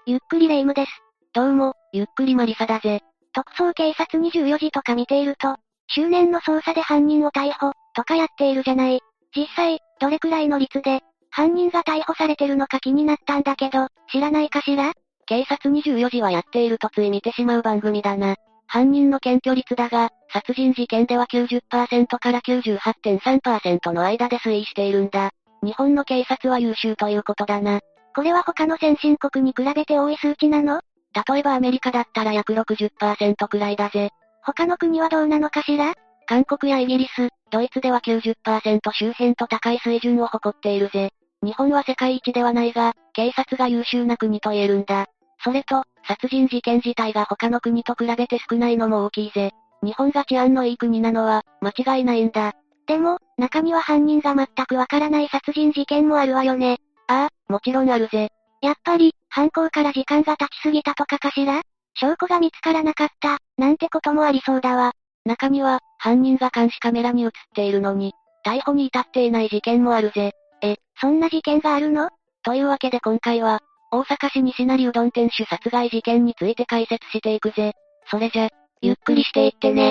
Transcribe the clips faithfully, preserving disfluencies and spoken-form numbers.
ゆっくりレ夢ムです。 どうも、ゆっくりマリサだぜ。 特捜警察にじゅうよじとか見ていると、執念の捜査で犯人を逮捕、とかやっているじゃない。実際、どれくらいの率で、犯人が逮捕されてるのか気になったんだけど、知らないかしら？ 警察にじゅうよじはやっているとつい見てしまう番組だな。犯人の検挙率だが、殺人事件では きゅうじゅっパーセント から きゅうじゅうはちてんさんパーセント の間で推移しているんだ。日本の警察は優秀ということだな。 これは他の先進国に比べて多い数値なの？ 例えばアメリカだったら約 ろくじゅっパーセント くらいだぜ。 他の国はどうなのかしら？ 韓国やイギリス、ドイツでは きゅうじゅっパーセント 周辺と高い水準を誇っているぜ。日本は世界一ではないが、警察が優秀な国と言えるんだ。それと、殺人事件自体が他の国と比べて少ないのも大きいぜ。日本が治安のいい国なのは、間違いないんだ。 でも、中には犯人が全くわからない殺人事件もあるわよね。 ああ、もちろんあるぜ。 やっぱり、犯行から時間が経ちすぎたとかかしら？証拠が見つからなかった、なんてこともありそうだわ。 中には、犯人が監視カメラに映っているのに、逮捕に至っていない事件もあるぜ。 え、そんな事件があるの？ というわけで今回は、大阪市西成うどん店主殺害事件について解説していくぜ。それじゃ、ゆっくりしていってね。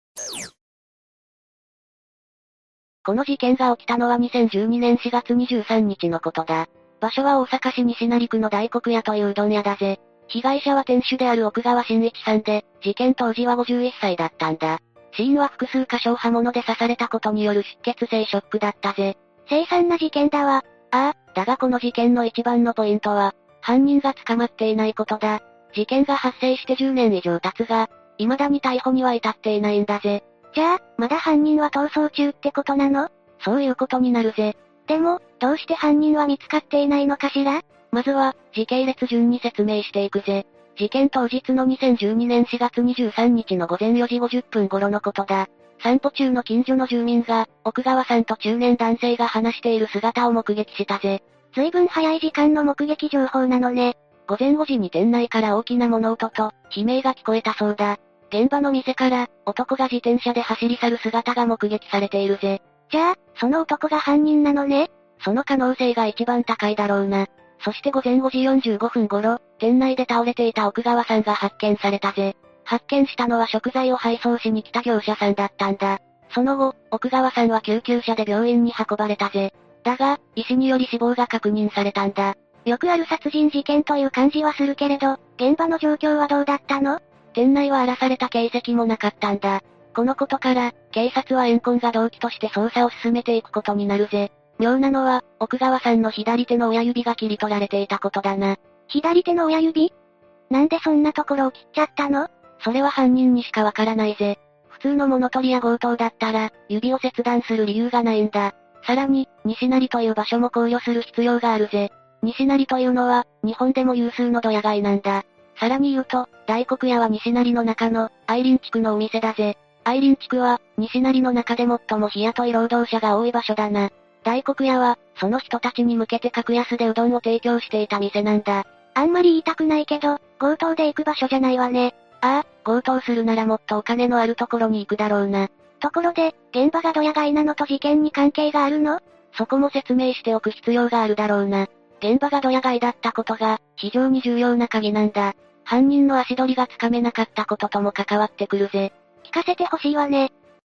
この事件が起きたのはにせんじゅうにねんしがつにじゅうさんにちのことだ。場所は大阪市西成区の大黒屋といううどん屋だぜ。被害者は店主である奥川真一さんで、事件当時はごじゅういっさいだったんだ。死因は複数箇所を刃物で刺されたことによる出血性ショックだったぜ。 凄惨な事件だわ。 ああ、だがこの事件の一番のポイントは、犯人が捕まっていないことだ。事件が発生してじゅうねん以上経つが、未だに逮捕には至っていないんだぜ。 じゃあ、まだ犯人は逃走中ってことなの？ そういうことになるぜ。 でも、どうして犯人は見つかっていないのかしら？ まずは、時系列順に説明していくぜ。事件当日のにせんじゅうにねんしがつにじゅうさんにちのごぜんよじごじゅっぷん頃のことだ。散歩中の近所の住民が、奥川さんと中年男性が話している姿を目撃したぜ。 随分早い時間の目撃情報なのね。 ごぜんごじに店内から大きな物音と、悲鳴が聞こえたそうだ。現場の店から、男が自転車で走り去る姿が目撃されているぜ。 じゃあ、その男が犯人なのね。 その可能性が一番高いだろうな。そしてごぜんごじよんじゅうごふん頃、店内で倒れていた奥川さんが発見されたぜ。発見したのは食材を配送しに来た業者さんだったんだ。その後、奥川さんは救急車で病院に運ばれたぜ。だが、医師により死亡が確認されたんだ。 よくある殺人事件という感じはするけれど、現場の状況はどうだったの？ 店内は荒らされた形跡もなかったんだ。このことから、警察は怨恨が動機として捜査を進めていくことになるぜ。妙なのは、奥川さんの左手の親指が切り取られていたことだな。 左手の親指？なんでそんなところを切っちゃったの？ それは犯人にしかわからないぜ。普通の物取りや強盗だったら、指を切断する理由がないんだ。さらに、西成という場所も考慮する必要があるぜ。西成というのは、日本でも有数のドヤ街なんだ。さらに言うと、大黒屋は西成の中の、愛林地区のお店だぜ。愛林地区は、西成の中で最も日雇い労働者が多い場所だな。大黒屋は、その人たちに向けて格安でうどんを提供していた店なんだ。 あんまり言いたくないけど、強盗で行く場所じゃないわね。 ああ、強盗するならもっとお金のあるところに行くだろうな。 ところで、現場がドヤ街なのと事件に関係があるの？ そこも説明しておく必要があるだろうな。現場がドヤ街だったことが、非常に重要な鍵なんだ。犯人の足取りがつかめなかったこととも関わってくるぜ。 聞かせてほしいわね。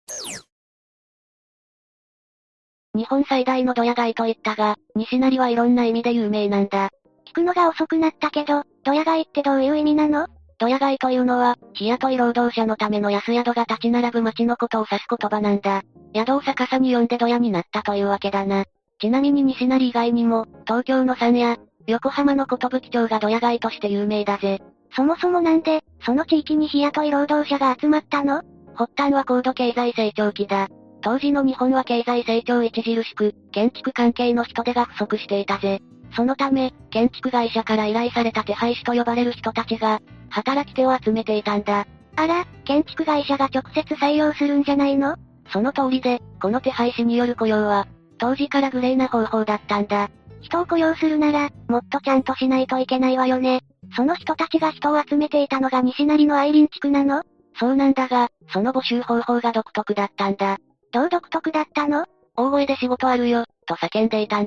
日本最大のドヤ街と言ったが、西成はいろんな意味で有名なんだ。 聞くのが遅くなったけど、ドヤ街ってどういう意味なの？ ドヤ街というのは、日雇い労働者のための安宿が立ち並ぶ街のことを指す言葉なんだ。宿を逆さに呼んでドヤになったというわけだな。ちなみに西成以外にも、東京の三谷、横浜の寿町がドヤ街として有名だぜ。 そもそもなんで、その地域に日雇い労働者が集まったの？ 発端は高度経済成長期だ。当時の日本は経済成長著しく、建築関係の人手が不足していたぜ。そのため、建築会社から依頼された手配師と呼ばれる人たちが、働き手を集めていたんだ。 あら、建築会社が直接採用するんじゃないの？ その通りで、この手配師による雇用は、当時からグレーな方法だったんだ。 人を雇用するなら、もっとちゃんとしないといけないわよね。その人たちが人を集めていたのが西成の愛林地区なの？ そうなんだが、その募集方法が独特だったんだ。 どう独特だったの？ 大声で仕事あるよ、と叫んでいたんだ。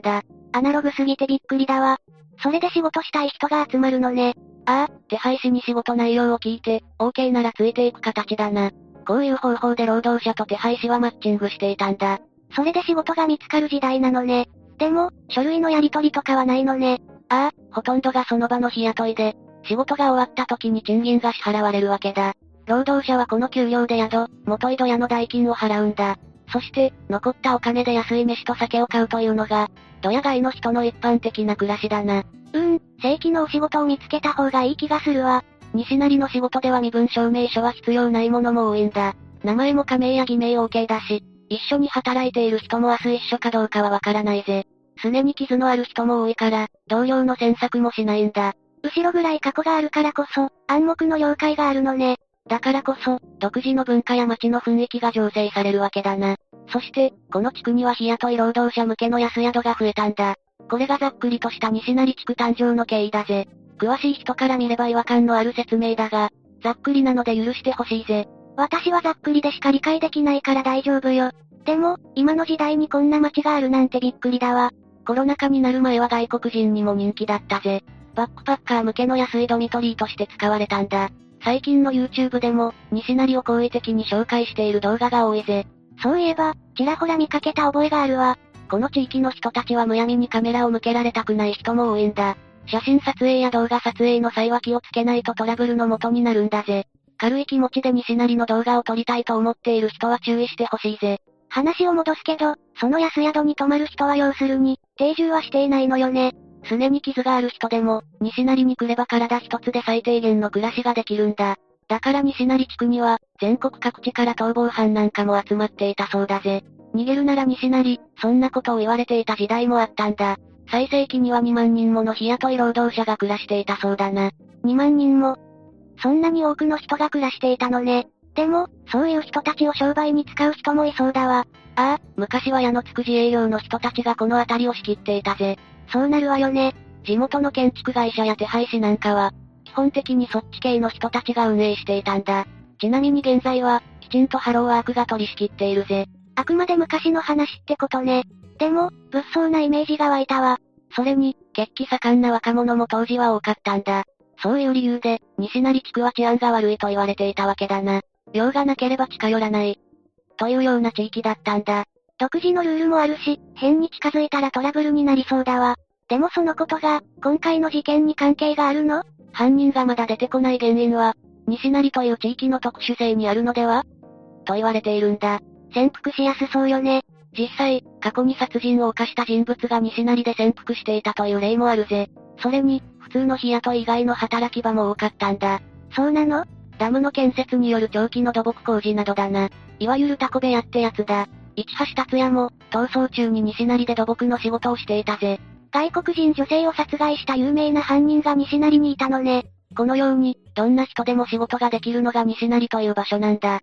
アナログすぎてびっくりだわ。それで仕事したい人が集まるのね。 ああ、手配師に仕事内容を聞いて、OK ならついていく形だな。こういう方法で労働者と手配師はマッチングしていたんだ。 それで仕事が見つかる時代なのね。でも、書類のやり取りとかはないのね。 ああ、ほとんどがその場の日雇いで、仕事が終わった時に賃金が支払われるわけだ。労働者はこの給料で宿、元井戸屋の代金を払うんだ。そして、残ったお金で安い飯と酒を買うというのが、ドヤ街の人の一般的な暮らしだな。 うーん、正規のお仕事を見つけた方がいい気がするわ。 西成の仕事では身分証明書は必要ないものも多いんだ。名前も仮名や偽名 OK だし、一緒に働いている人も明日一緒かどうかはわからないぜ。すねに傷のある人も多いから、同僚の詮索もしないんだ。 後ろぐらい過去があるからこそ、暗黙の了解があるのね。 だからこそ、独自の文化や街の雰囲気が醸成されるわけだな。そして、この地区には日雇い労働者向けの安宿が増えたんだ。これがざっくりとした西成地区誕生の経緯だぜ。詳しい人から見れば違和感のある説明だが、ざっくりなので許してほしいぜ。 私はざっくりでしか理解できないから大丈夫よ。でも、今の時代にこんな街があるなんてびっくりだわ。 コロナ禍になる前は外国人にも人気だったぜ。バックパッカー向けの安いドミトリーとして使われたんだ。最近の YouTube でも、西成を好意的に紹介している動画が多いぜ。 そういえば、ちらほら見かけた覚えがあるわ。 この地域の人たちはむやみにカメラを向けられたくない人も多いんだ。写真撮影や動画撮影の際は気をつけないとトラブルの元になるんだぜ。軽い気持ちで西成の動画を撮りたいと思っている人は注意してほしいぜ。 話を戻すけど、その安宿に泊まる人は要するに、定住はしていないのよね。 すねに傷がある人でも、西成に来れば体一つで最低限の暮らしができるんだ。だから西成地区には、全国各地から逃亡犯なんかも集まっていたそうだぜ。逃げるなら西成、そんなことを言われていた時代もあったんだ。最盛期にはにまんにんもの日雇い労働者が暮らしていたそうだな。 にまんにんも。そんなに多くの人が暮らしていたのね。でも、そういう人たちを商売に使う人もいそうだわ。 ああ、昔は矢のつく自営業の人たちがこの辺りを仕切っていたぜ。 そうなるわよね。 地元の建築会社や手配師なんかは、基本的にそっち系の人たちが運営していたんだ。ちなみに現在は、きちんとハローワークが取り仕切っているぜ。 あくまで昔の話ってことね。でも、物騒なイメージが湧いたわ。 それに、血気盛んな若者も当時は多かったんだ。そういう理由で、西成地区は治安が悪いと言われていたわけだな。用がなければ近寄らない。というような地域だったんだ。 独自のルールもあるし、変に近づいたらトラブルになりそうだわ。でもそのことが、今回の事件に関係があるの？ 犯人がまだ出てこない原因は、西成という地域の特殊性にあるのでは？と言われているんだ。 潜伏しやすそうよね。 実際、過去に殺人を犯した人物が西成で潜伏していたという例もあるぜ。それに、普通の日雇い以外の働き場も多かったんだ。 そうなの？ ダムの建設による長期の土木工事などだな。いわゆるタコ部屋ってやつだ。市橋達也も、逃走中に西成で土木の仕事をしていたぜ。 外国人女性を殺害した有名な犯人が西成にいたのね。 このように、どんな人でも仕事ができるのが西成という場所なんだ。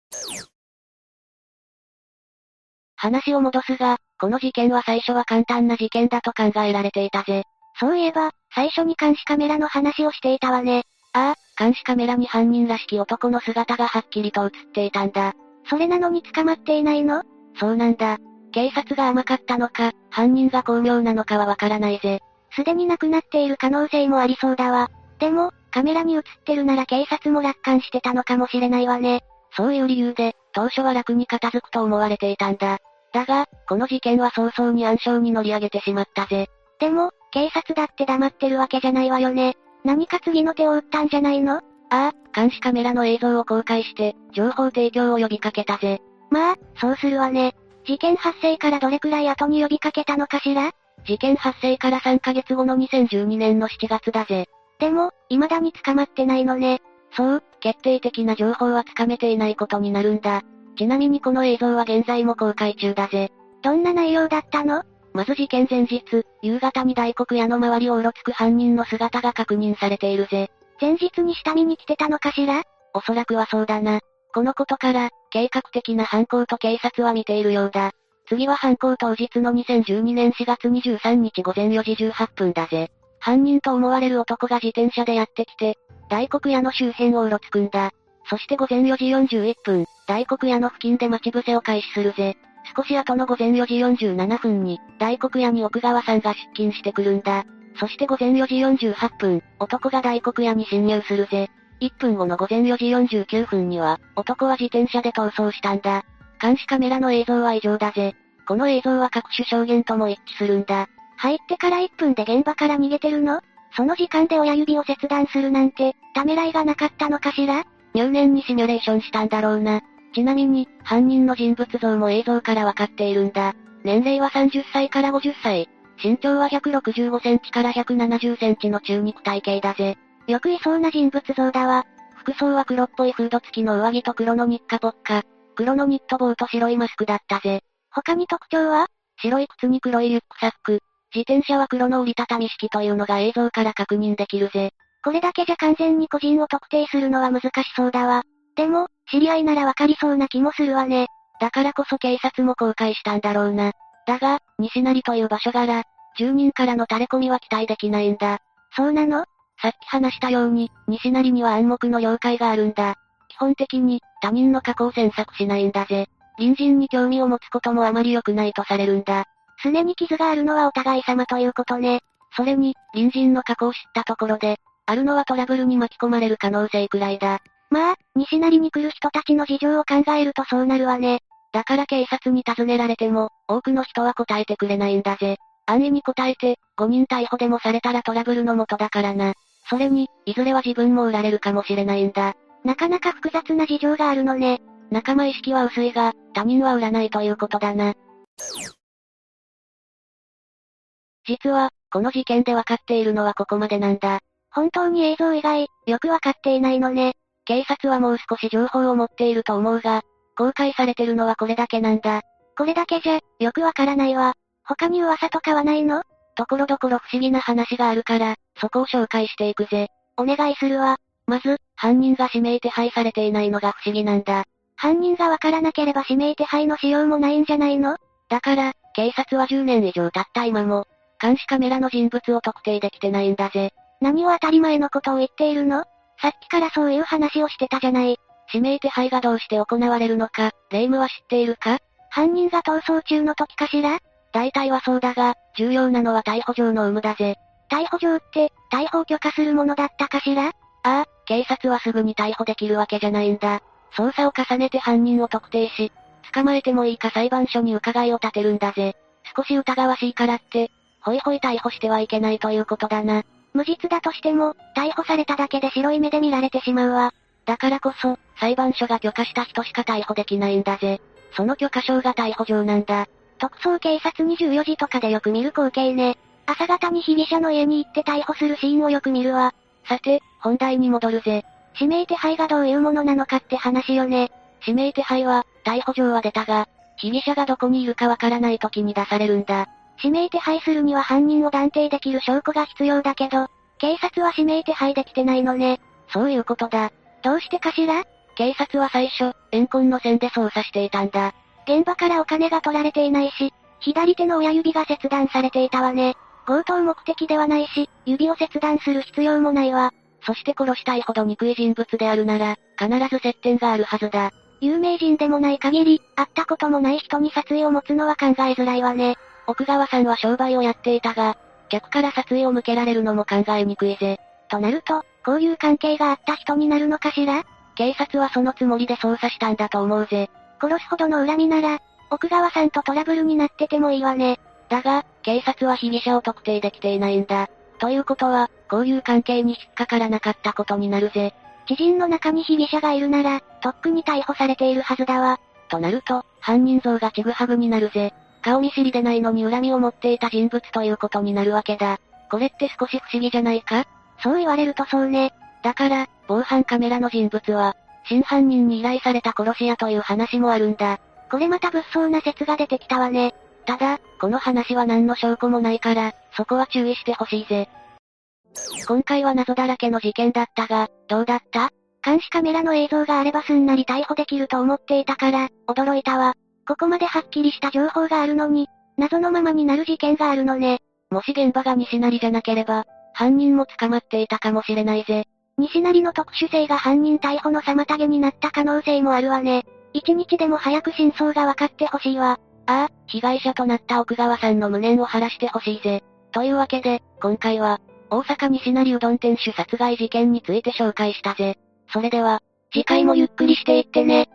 話を戻すが、この事件は最初は簡単な事件だと考えられていたぜ。 そういえば、最初に監視カメラの話をしていたわね。 ああ、監視カメラに犯人らしき男の姿がはっきりと映っていたんだ。 それなのに捕まっていないの？ そうなんだ。警察が甘かったのか、犯人が巧妙なのかはわからないぜ。 すでに亡くなっている可能性もありそうだわ。でも、カメラに映ってるなら警察も楽観してたのかもしれないわね。 そういう理由で、当初は楽に片付くと思われていたんだ。だが、この事件は早々に暗礁に乗り上げてしまったぜ。 でも、警察だって黙ってるわけじゃないわよね。何か次の手を打ったんじゃないの？ ああ、監視カメラの映像を公開して、情報提供を呼びかけたぜ。 まあ、そうするわね。事件発生からどれくらい後に呼びかけたのかしら？ 事件発生からさんかげつごのにせんじゅうにねんのしちがつだぜ。 でも、未だに捕まってないのね。 そう、決定的な情報はつかめていないことになるんだ。ちなみにこの映像は現在も公開中だぜ。 どんな内容だったの？ まず事件前日、夕方に大黒屋の周りをうろつく犯人の姿が確認されているぜ。 前日に下見に来てたのかしら？ おそらくはそうだな。このことから、計画的な犯行と警察は見ているようだ。次は犯行当日のにせんじゅうにねんしがつにじゅうさんにちごぜんよじじゅうはっぷんだぜ。犯人と思われる男が自転車でやってきて、大黒屋の周辺をうろつくんだ。そしてごぜんよじよんじゅういっぷん、大黒屋の付近で待ち伏せを開始するぜ。 少し後のごぜんよじよんじゅうななふんに、大黒屋に奥川さんが出勤してくるんだ。そしてごぜんよじよんじゅうはっぷん、男が大黒屋に侵入するぜ。いっぷんごのごぜんよじよんじゅうきゅうふんには、男は自転車で逃走したんだ。監視カメラの映像は異常だぜ。この映像は各種証言とも一致するんだ。 入ってからいっぷんで現場から逃げてるの？その時間で親指を切断するなんて、ためらいがなかったのかしら？ 入念にシミュレーションしたんだろうな。ちなみに、犯人の人物像も映像からわかっているんだ。年齢はさんじゅっさいからごじゅっさい。身長はひゃくろくじゅうごセンチからひゃくななじゅっセンチの中肉体型だぜ。 よくいそうな人物像だわ。 服装は黒っぽいフード付きの上着と黒のニッカポッカ。黒のニット帽と白いマスクだったぜ。 他に特徴は？ 白い靴に黒いリュックサック。自転車は黒の折りたたみ式というのが映像から確認できるぜ。 これだけじゃ完全に個人を特定するのは難しそうだわ。でも、知り合いならわかりそうな気もするわね。 だからこそ警察も公開したんだろうな。だが、西成という場所柄、住人からの垂れ込みは期待できないんだ。 そうなの？ さっき話したように、西成には暗黙の了解があるんだ。基本的に、他人の過去を詮索しないんだぜ。隣人に興味を持つこともあまり良くないとされるんだ。 すねに傷があるのはお互い様ということね。 それに、隣人の過去を知ったところで、あるのはトラブルに巻き込まれる可能性くらいだ。 まあ、西成に来る人たちの事情を考えるとそうなるわね。 だから警察に尋ねられても、多くの人は答えてくれないんだぜ。安易に答えて、ごにん逮捕でもされたらトラブルの元だからな。それに、いずれは自分も売られるかもしれないんだ。 なかなか複雑な事情があるのね。 仲間意識は薄いが、他人は売らないということだな。実は、この事件で分かっているのはここまでなんだ。 本当に映像以外、よく分かっていないのね。 警察はもう少し情報を持っていると思うが、公開されてるのはこれだけなんだ。 これだけじゃ、よくわからないわ。他に噂とかはないの？ ところどころ不思議な話があるから、そこを紹介していくぜ。 お願いするわ。 まず、犯人が指名手配されていないのが不思議なんだ。 犯人がわからなければ指名手配のしようもないんじゃないの？ だから、警察はじゅうねん以上経った今も、監視カメラの人物を特定できてないんだぜ。 何を当たり前のことを言っているの？さっきからそういう話をしてたじゃない。 指名手配がどうして行われるのか、霊夢は知っているか？ 犯人が逃走中の時かしら？ 大体はそうだが、重要なのは逮捕状の有無だぜ。 逮捕状って、逮捕を許可するものだったかしら？ああ、警察はすぐに逮捕できるわけじゃないんだ。捜査を重ねて犯人を特定し、捕まえてもいいか裁判所に伺いを立てるんだぜ。少し疑わしいからって、ほいほい逮捕してはいけないということだな。 無実だとしても、逮捕されただけで白い目で見られてしまうわ。 だからこそ、裁判所が許可した人しか逮捕できないんだぜ。その許可証が逮捕状なんだ。 特捜警察にじゅうよじとかでよく見る光景ね。朝方に被疑者の家に行って逮捕するシーンをよく見るわ。 さて、本題に戻るぜ。 指名手配がどういうものなのかって話よね。 指名手配は、逮捕状は出たが、被疑者がどこにいるかわからない時に出されるんだ。 指名手配するには犯人を断定できる証拠が必要だけど、警察は指名手配できてないのね。 そういうことだ。 どうしてかしら？ 警察は最初、怨恨の線で捜査していたんだ。 現場からお金が取られていないし、左手の親指が切断されていたわね。強盗目的ではないし、指を切断する必要もないわ。 そして殺したいほど憎い人物であるなら、必ず接点があるはずだ。 有名人でもない限り、会ったこともない人に殺意を持つのは考えづらいわね。 奥川さんは商売をやっていたが、客から殺意を向けられるのも考えにくいぜ。 となると、こういう関係があった人になるのかしら？ 警察はそのつもりで捜査したんだと思うぜ。 殺すほどの恨みなら、奥川さんとトラブルになっててもいいわね。 だが、警察は被疑者を特定できていないんだ。ということは、こういう関係に引っかからなかったことになるぜ。 知人の中に被疑者がいるなら、とっくに逮捕されているはずだわ。 となると、犯人像がちぐはぐになるぜ。顔見知りでないのに恨みを持っていた人物ということになるわけだ。これって少し不思議じゃないか？ そう言われるとそうね。 だから、防犯カメラの人物は、真犯人に依頼された殺し屋という話もあるんだ。 これまた物騒な説が出てきたわね。 ただ、この話は何の証拠もないから、そこは注意してほしいぜ。今回は謎だらけの事件だったが、どうだった？ 監視カメラの映像があればすんなり逮捕できると思っていたから、驚いたわ。ここまではっきりした情報があるのに、謎のままになる事件があるのね。 もし現場が西成じゃなければ、犯人も捕まっていたかもしれないぜ。 西成の特殊性が犯人逮捕の妨げになった可能性もあるわね。一日でも早く真相が分かってほしいわ。 ああ、被害者となった奥川さんの無念を晴らしてほしいぜ。というわけで、今回は、大阪西成うどん店主殺害事件について紹介したぜ。それでは、 次回もゆっくりしていってね。